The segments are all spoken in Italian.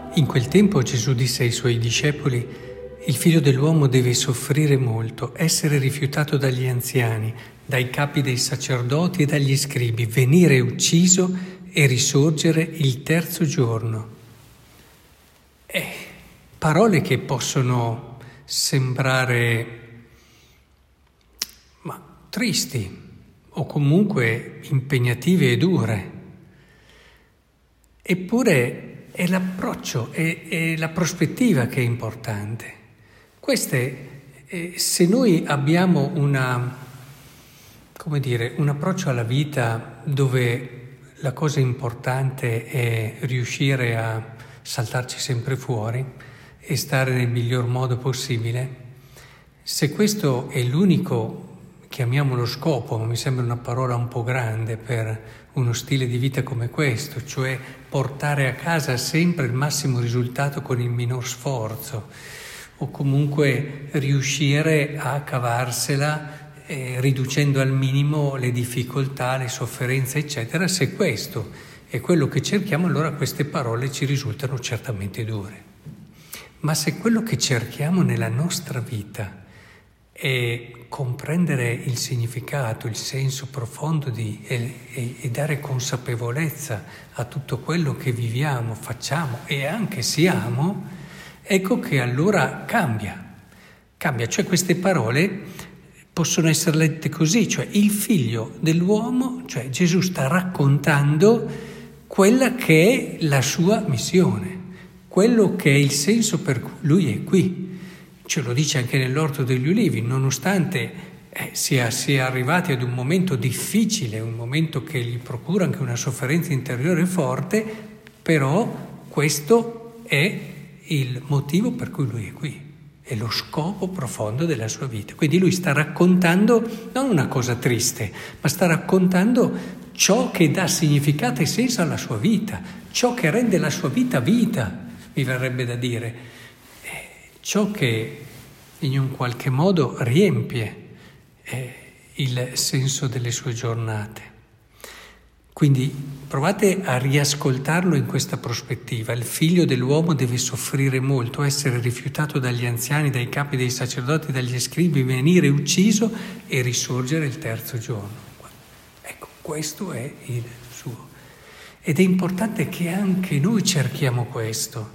In quel tempo Gesù disse ai suoi discepoli: il figlio dell'uomo deve soffrire molto, essere rifiutato dagli anziani, dai capi dei sacerdoti e dagli scribi, venire ucciso e risorgere il terzo giorno. Parole che possono sembrare tristi o comunque impegnative e dure. Eppure è l'approccio, è la prospettiva che è importante. Se noi abbiamo un approccio alla vita dove la cosa importante è riuscire a saltarci sempre fuori e stare nel miglior modo possibile, se questo è l'unico, chiamiamolo scopo, ma mi sembra una parola un po' grande per uno stile di vita come questo, cioè portare a casa sempre il massimo risultato con il minor sforzo, o comunque riuscire a cavarsela riducendo al minimo le difficoltà, le sofferenze, eccetera. Se questo è quello che cerchiamo, allora queste parole ci risultano certamente dure. Ma se quello che cerchiamo nella nostra vita è comprendere il significato, il senso profondo e dare consapevolezza a tutto quello che viviamo, facciamo e anche siamo, ecco che allora cambia. Cioè queste parole possono essere lette così, cioè il figlio dell'uomo, cioè Gesù sta raccontando quella che è la sua missione, quello che è il senso per cui lui è qui. Ce lo dice anche nell'Orto degli Ulivi, nonostante sia arrivati ad un momento difficile, un momento che gli procura anche una sofferenza interiore forte, però questo è il motivo per cui lui è qui, è lo scopo profondo della sua vita. Quindi lui sta raccontando non una cosa triste, ma sta raccontando ciò che dà significato e senso alla sua vita, ciò che rende la sua vita vita, mi verrebbe da dire. Ciò che in un qualche modo riempie il senso delle sue giornate. Quindi provate a riascoltarlo in questa prospettiva. Il figlio dell'uomo deve soffrire molto, essere rifiutato dagli anziani, dai capi dei sacerdoti, dagli scribi, venire ucciso e risorgere il terzo giorno. Ecco, questo è il suo. Ed è importante che anche noi cerchiamo questo.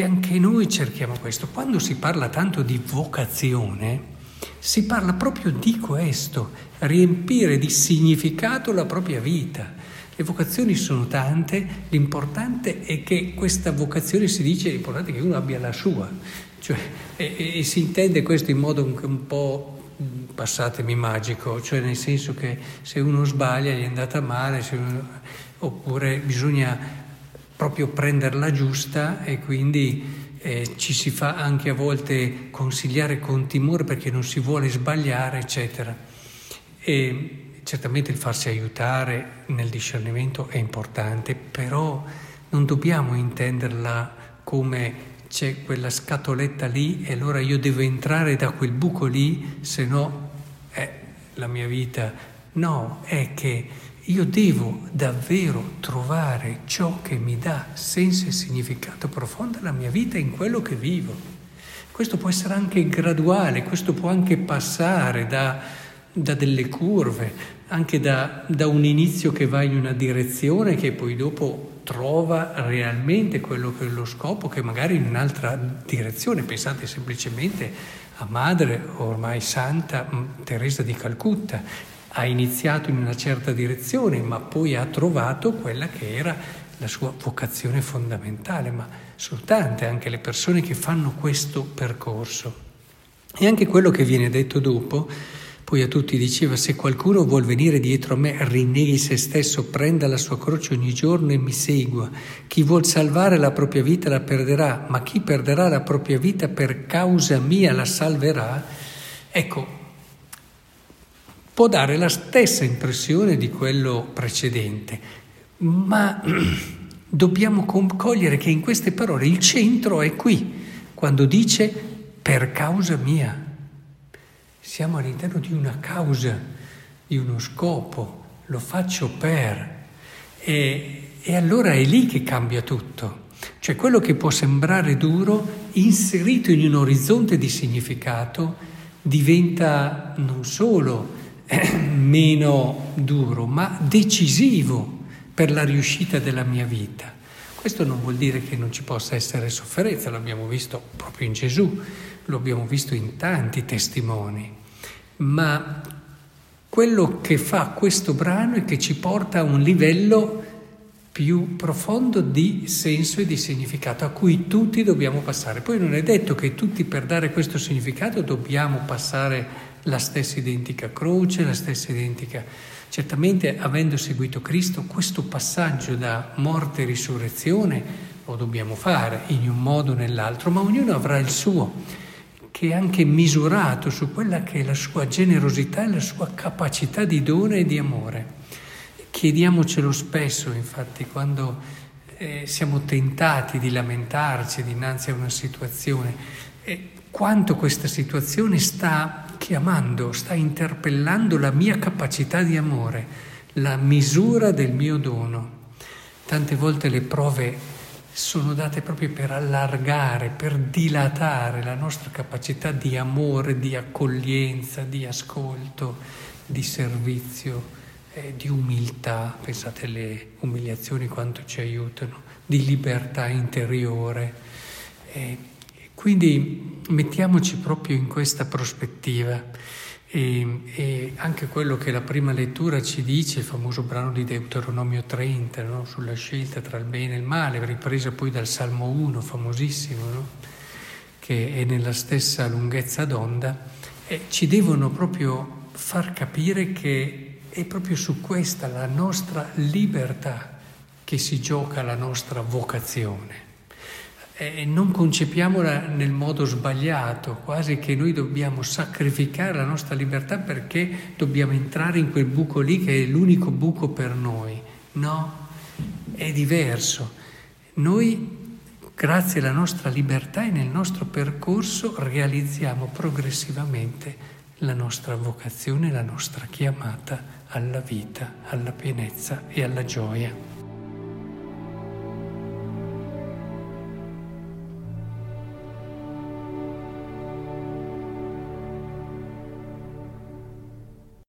Quando si parla tanto di vocazione, si parla proprio di questo, riempire di significato la propria vita. Le vocazioni sono tante, l'importante è che questa vocazione, si dice, l'importante è che uno abbia la sua, cioè, e si intende questo in modo un po', passatemi, magico, cioè nel senso che se uno sbaglia gli è andata male, oppure bisogna proprio prenderla giusta e quindi ci si fa anche a volte consigliare con timore perché non si vuole sbagliare, eccetera. E certamente il farsi aiutare nel discernimento è importante, però non dobbiamo intenderla come c'è quella scatoletta lì e allora io devo entrare da quel buco lì, se no la mia vita. No, è che io devo davvero trovare ciò che mi dà senso e significato profondo alla mia vita in quello che vivo. Questo può essere anche graduale, questo può anche passare da delle curve, anche da un inizio che va in una direzione che poi dopo trova realmente quello che è lo scopo, che magari in un'altra direzione. Pensate semplicemente a Madre, ormai santa, Teresa di Calcutta. Ha iniziato in una certa direzione, ma poi ha trovato quella che era la sua vocazione fondamentale. Ma sono tante anche le persone che fanno questo percorso. E anche quello che viene detto dopo, poi a tutti diceva: se qualcuno vuol venire dietro a me, rinneghi se stesso, prenda la sua croce ogni giorno e mi segua. Chi vuol salvare la propria vita la perderà, ma chi perderà la propria vita per causa mia la salverà. Ecco, può dare la stessa impressione di quello precedente, ma dobbiamo cogliere che in queste parole il centro è qui, quando dice per causa mia. Siamo all'interno di una causa, di uno scopo, lo faccio per. E allora è lì che cambia tutto. Cioè quello che può sembrare duro, inserito in un orizzonte di significato, diventa non solo meno duro, ma decisivo per la riuscita della mia vita. Questo non vuol dire che non ci possa essere sofferenza, l'abbiamo visto proprio in Gesù, lo abbiamo visto in tanti testimoni, ma quello che fa questo brano è che ci porta a un livello più profondo di senso e di significato a cui tutti dobbiamo passare. Poi non è detto che tutti per dare questo significato dobbiamo passare la stessa identica croce, la stessa identica... Certamente, avendo seguito Cristo, questo passaggio da morte e risurrezione lo dobbiamo fare in un modo o nell'altro, ma ognuno avrà il suo, che è anche misurato su quella che è la sua generosità e la sua capacità di dono e di amore. Chiediamocelo spesso, infatti, quando siamo tentati di lamentarci dinanzi a una situazione, quanto questa situazione sta chiamando, sta interpellando la mia capacità di amore, la misura del mio dono. Tante volte le prove sono date proprio per allargare, per dilatare la nostra capacità di amore, di accoglienza, di ascolto, di servizio, di umiltà. Pensate alle umiliazioni quanto ci aiutano, di libertà interiore. Quindi mettiamoci proprio in questa prospettiva e anche quello che la prima lettura ci dice, il famoso brano di Deuteronomio 30, no? Sulla scelta tra il bene e il male, ripresa poi dal Salmo 1, famosissimo, no? Che è nella stessa lunghezza d'onda, ci devono proprio far capire che è proprio su questa la nostra libertà che si gioca la nostra vocazione. Non concepiamola nel modo sbagliato, quasi che noi dobbiamo sacrificare la nostra libertà perché dobbiamo entrare in quel buco lì che è l'unico buco per noi. No, è diverso. Noi, grazie alla nostra libertà e nel nostro percorso, realizziamo progressivamente la nostra vocazione, la nostra chiamata alla vita, alla pienezza e alla gioia.